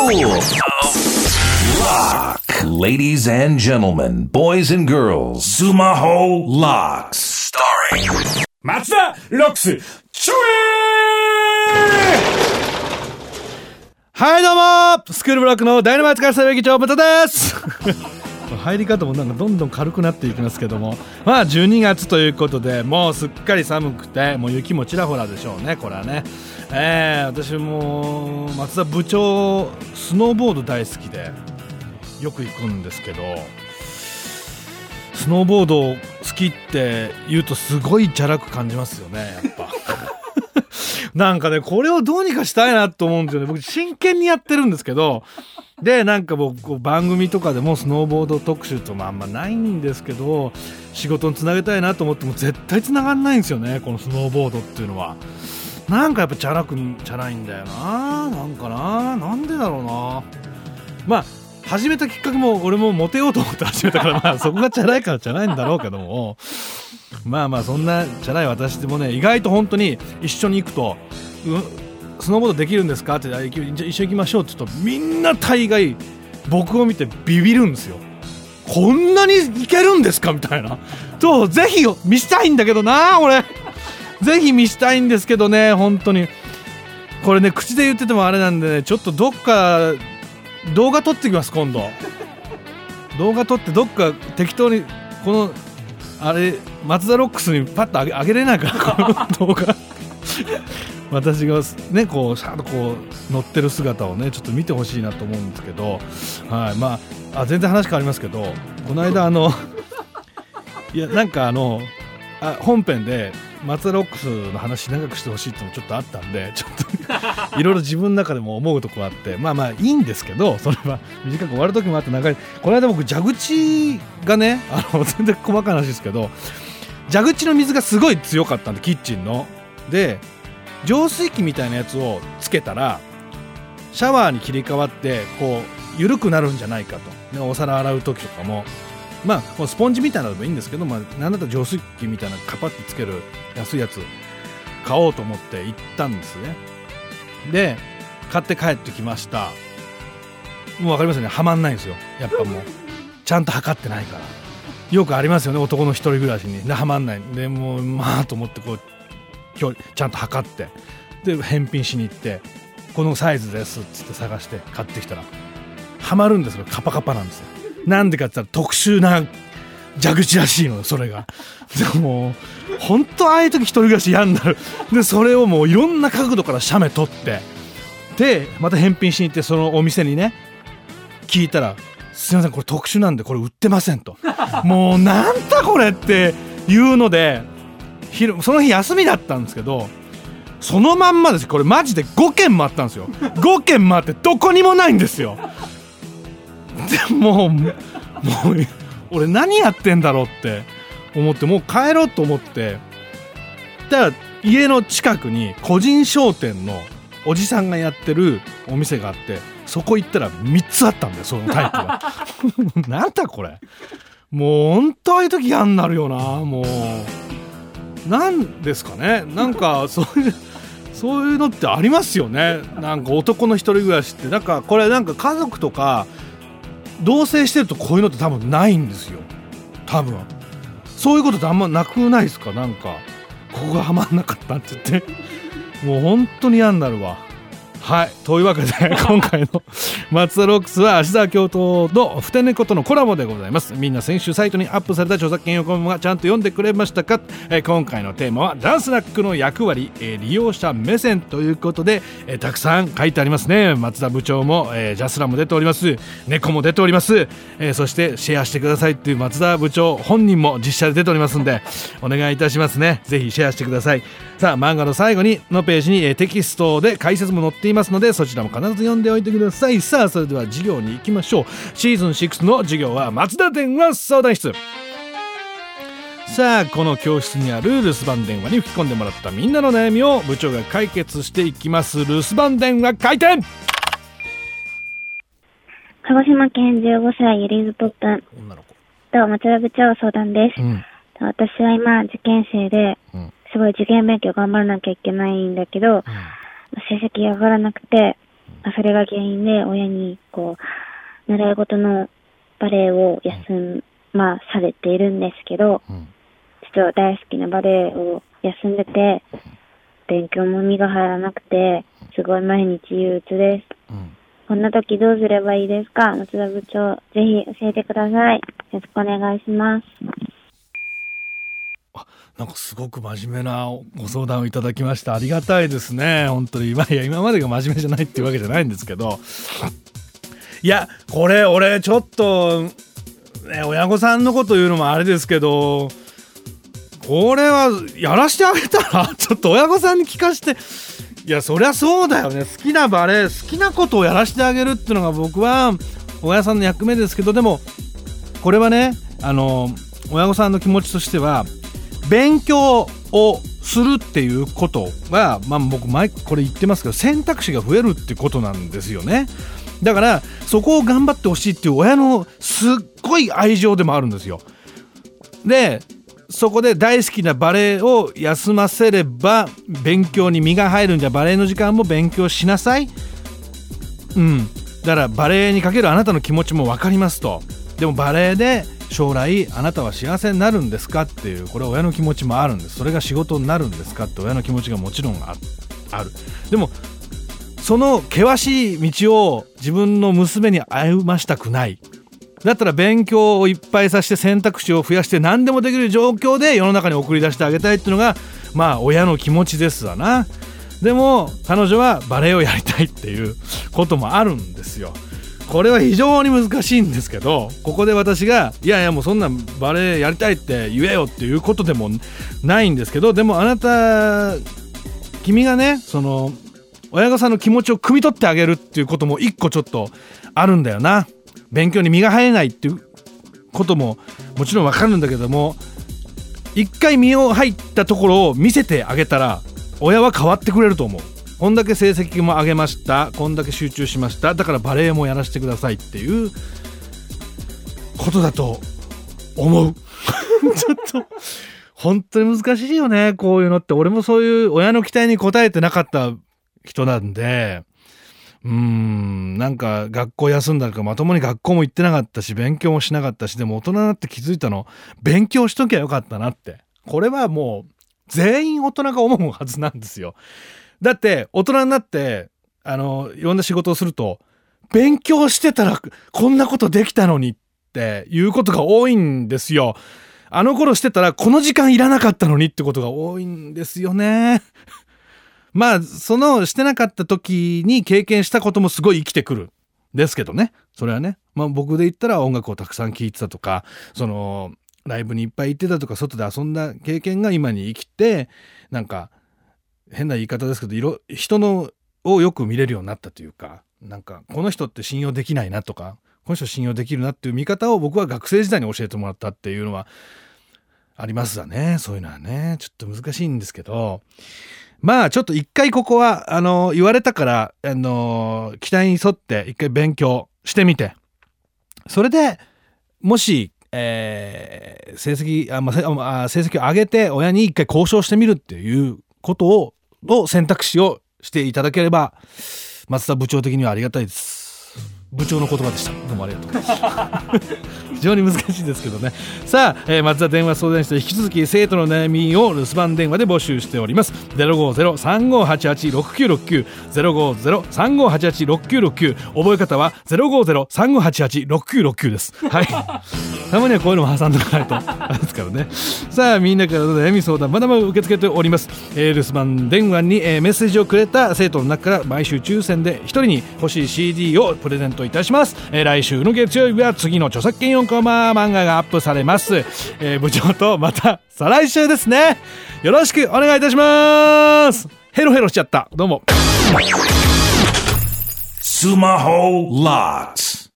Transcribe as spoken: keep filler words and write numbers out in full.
Lock. Ladies and gentlemen, boys and girls, Sumaho Locks. Starring 松田ロックスちょえはいどうもスクールブロックのダイナマイトカルサ劇長ブタです入り方もなんかどんどん軽くなっていきますけども、まあじゅうにがつということでもうすっかり寒くてもう雪もちらほらでしょうね。これはね、えー、私も松田部長スノーボード大好きでよく行くんですけど、スノーボード好きって言うとすごいチャラく感じますよね。やっぱなんかねこれをどうにかしたいなと思うんですよね。僕真剣にやってるんですけど、でなんか僕番組とかでもスノーボード特集ともあんまないんですけど、仕事につなげたいなと思っても絶対つながんないんですよね。このスノーボードっていうのはなんかやっぱチャラくチャラいんだよな。なんかな、なんでだろうな。まあ始めたきっかけも俺もモテようと思って始めたから、まあそこがチャラいからチャラいんだろうけども、まあまあそんなチャラい私でもね、意外と本当に一緒に行くと、うん、スノーボードできるんですかって、じゃあ一緒に行きましょうって言うとみんな大概僕を見てビビるんですよ。こんなにいけるんですかみたいなと、ぜひ見したいんだけどな、俺ぜひ見したいんですけどね。本当にこれね口で言っててもあれなんでね、ちょっとどっか動画撮ってきます。今度動画撮ってどっか適当にこのあれ松田ロックスにパッと上げ、上げれないからこの動画私がねこうシャーッとこう乗ってる姿をねちょっと見てほしいなと思うんですけど、はい、まあ、あ全然話変わりますけど、この間あのいやなんかあのあ本編で松田ロックスの話長くしてほしいってのもちょっとあったんで、ちょっといろいろ自分の中でも思うとこあって、まあまあいいんですけど、それは短く終わる時もあって長い。この間僕蛇口がね、あの全然細かい話ですけど、蛇口の水がすごい強かったんで、キッチンので浄水器みたいなやつをつけたらシャワーに切り替わってこう緩くなるんじゃないかと、ね、お皿洗う時とかもまあスポンジみたいなのでもいいんですけど、まあ、なんだったら浄水器みたいなカパッてつける安いやつ買おうと思って行ったんですね。で買って帰ってきました。もう分かりますよね、はまんないんですよ。やっぱもうちゃんと測ってないから。よくありますよね、男の一人暮らしにではまんないで、もうまあと思ってこう今日ちゃんと測ってで返品しに行って、このサイズですっつって探して買ってきたらはまるんですよ。カパカパなんですよ。なんでかって言ったら特殊な蛇口らしいの、それが。でも本当ああいう時一人暮らし嫌になる。でそれをもういろんな角度から写メ撮ってでまた返品しに行って、そのお店にね聞いたら、すいませんこれ特殊なんでこれ売ってませんともうなんだこれっていうので、その日休みだったんですけど、そのまんまです。これマジでごけんもあったんですよ。ごけんもあってどこにもないんですよ。でもう、もう俺何やってんだろうって思って、もう帰ろうと思って、だから家の近くに個人商店のおじさんがやってるお店があって、そこ行ったらみっつあったんだよ、そのタイプがなんだこれ、もう本当ああいう時嫌になるよな。もうなんですかね、なんかそういうそういうのってありますよね。なんか男の一人暮らしってなんかこれなんか家族とか同棲してるとこういうのって多分ないんですよ。多分そういうことってあんまなくないですか。なんかここがはまんなかったって言ってもう本当に嫌になるわ。はい、というわけで今回の松田ロックスは芦沢教頭のふて猫とのコラボでございます。みんな先週サイトにアップされた著作権横文がちゃんと読んでくれましたか。えー、今回のテーマはダンスラックの役割、えー、利用者目線ということで、えー、たくさん書いてありますね。松田部長も、えー、ジャスラも出ております、猫も出ております、えー、そしてシェアしてくださいっていう松田部長本人も実写で出ておりますんでお願いいたしますね。ぜひシェアしてください。さあ漫画の最後にのページに、えー、テキストで解説も載っていますので、そちらも必ず読んでおいてください。さあそれでは授業に行きましょう。シーズンシックスの授業は松田電話相談室。さあこの教室にある留守番電話に吹き込んでもらったみんなの悩みを部長が解決していきます。留守番電話開店。 鹿児島県じゅうごさいゆりずぽっぷん女の子と松田部長相談です、うん、私は今受験生で、うん、すごい受験勉強頑張らなきゃいけないんだけど、うん、成績が上がらなくてそれが原因で親にこう習い事のバレエを休まされているんですけど、うん、ちょっと大好きなバレエを休んでて、勉強も身が入らなくて、すごい毎日憂鬱です。うん、こんな時どうすればいいですか？松田部長、ぜひ教えてください。よろしくお願いします。 あ、なんかすごく真面目なご相談をいただきました。ありがたいですね。本当に今いや今までが真面目じゃないっていうわけじゃないんですけど、いやこれ俺ちょっと、ね、親御さんのこと言うのもあれですけど、これはやらしてあげたらちょっと親御さんに聞かせて、いやそりゃそうだよね。好きなバレエ、好きなことをやらしてあげるっていうのが僕は親さんの役目ですけど、でもこれはね、あの親御さんの気持ちとしては勉強をするっていうことは、まあ、僕前これ言ってますけど選択肢が増えるってことなんですよね。だからそこを頑張ってほしいっていう親のすっごい愛情でもあるんですよ。でそこで大好きなバレエを休ませれば勉強に身が入るんじゃ、バレエの時間も勉強しなさい。うんだからバレエにかけるあなたの気持ちも分かりますと。でもバレエで将来あなたは幸せになるんですかっていう、これは親の気持ちもあるんです。それが仕事になるんですかって親の気持ちがもちろん あ, ある。でもその険しい道を自分の娘に歩ましたくない。だったら勉強をいっぱいさせて選択肢を増やして何でもできる状況で世の中に送り出してあげたいっていうのがまあ親の気持ちですわな。でも彼女はバレエをやりたいっていうこともあるんですよ。これは非常に難しいんですけど、ここで私がいやいやもうそんなバレエやりたいって言えよっていうことでもないんですけど、でもあなた君がね、その親御さんの気持ちを汲み取ってあげるっていうことも一個ちょっとあるんだよな。勉強に身が入れないっていうことももちろんわかるんだけども、一回身を入ったところを見せてあげたら親は変わってくれると思う。こんだけ成績も上げました、こんだけ集中しました、だからバレエもやらせてくださいっていうことだと思うちょっと本当に難しいよね、こういうのって。俺もそういう親の期待に応えてなかった人なんで、うーんなんか学校休んだのかまともに学校も行ってなかったし勉強もしなかったし、でも大人になって気づいたの、勉強しときゃよかったなって。これはもう全員大人が思うはずなんですよ。だって大人になってあのいろんな仕事をすると、勉強してたらこんなことできたのにっていうことが多いんですよ。あの頃してたらこの時間いらなかったのにってことが多いんですよねまあそのしてなかった時に経験したこともすごい生きてくるですけどね、それはね。まあ僕で言ったら音楽をたくさん聴いてたとか、そのライブにいっぱい行ってたとか、外で遊んだ経験が今に生きて、なんか変な言い方ですけどいろ人のをよく見れるようになったというか、なんかこの人って信用できないなとか、この人信用できるなっていう見方を僕は学生時代に教えてもらったっていうのはありますわね。そういうのはねちょっと難しいんですけど、まあちょっと一回ここはあの言われたからあの期待に沿って一回勉強してみて、それでもし、えー、成績あ、まあ、あ成績を上げて親に一回交渉してみるっていうことをの選択肢をしていただければ松田部長的にはありがたいです。部長の言葉でした。どうもありがとうございます非常に難しいですけどね。さあ、えー、松田電話相談室で引き続き生徒の悩みを留守番電話で募集しております。 ゼロごゼロ さんごはちはち ろくきゅうろくきゅう ゼロごゼロ さんごはちはち ろくきゅうろくきゅう、覚え方は ゼロごゼロ さんごはちはち ろくきゅうろくきゅう です。はいたまにはこういうのも挟んでおかないとあれですからね。さあみんなからの悩み相談まだまだ受け付けております。えー、留守番電話に、えー、メッセージをくれた生徒の中から毎週抽選でひとりに欲しい シーディー をプレゼントいたします。えー、来週の月曜日は次の著作権よんコマ漫画がアップされます。えー、部長とまた再来週ですね。よろしくお願いいたします。ヘロヘロしちゃった。どうも。 スマホロックス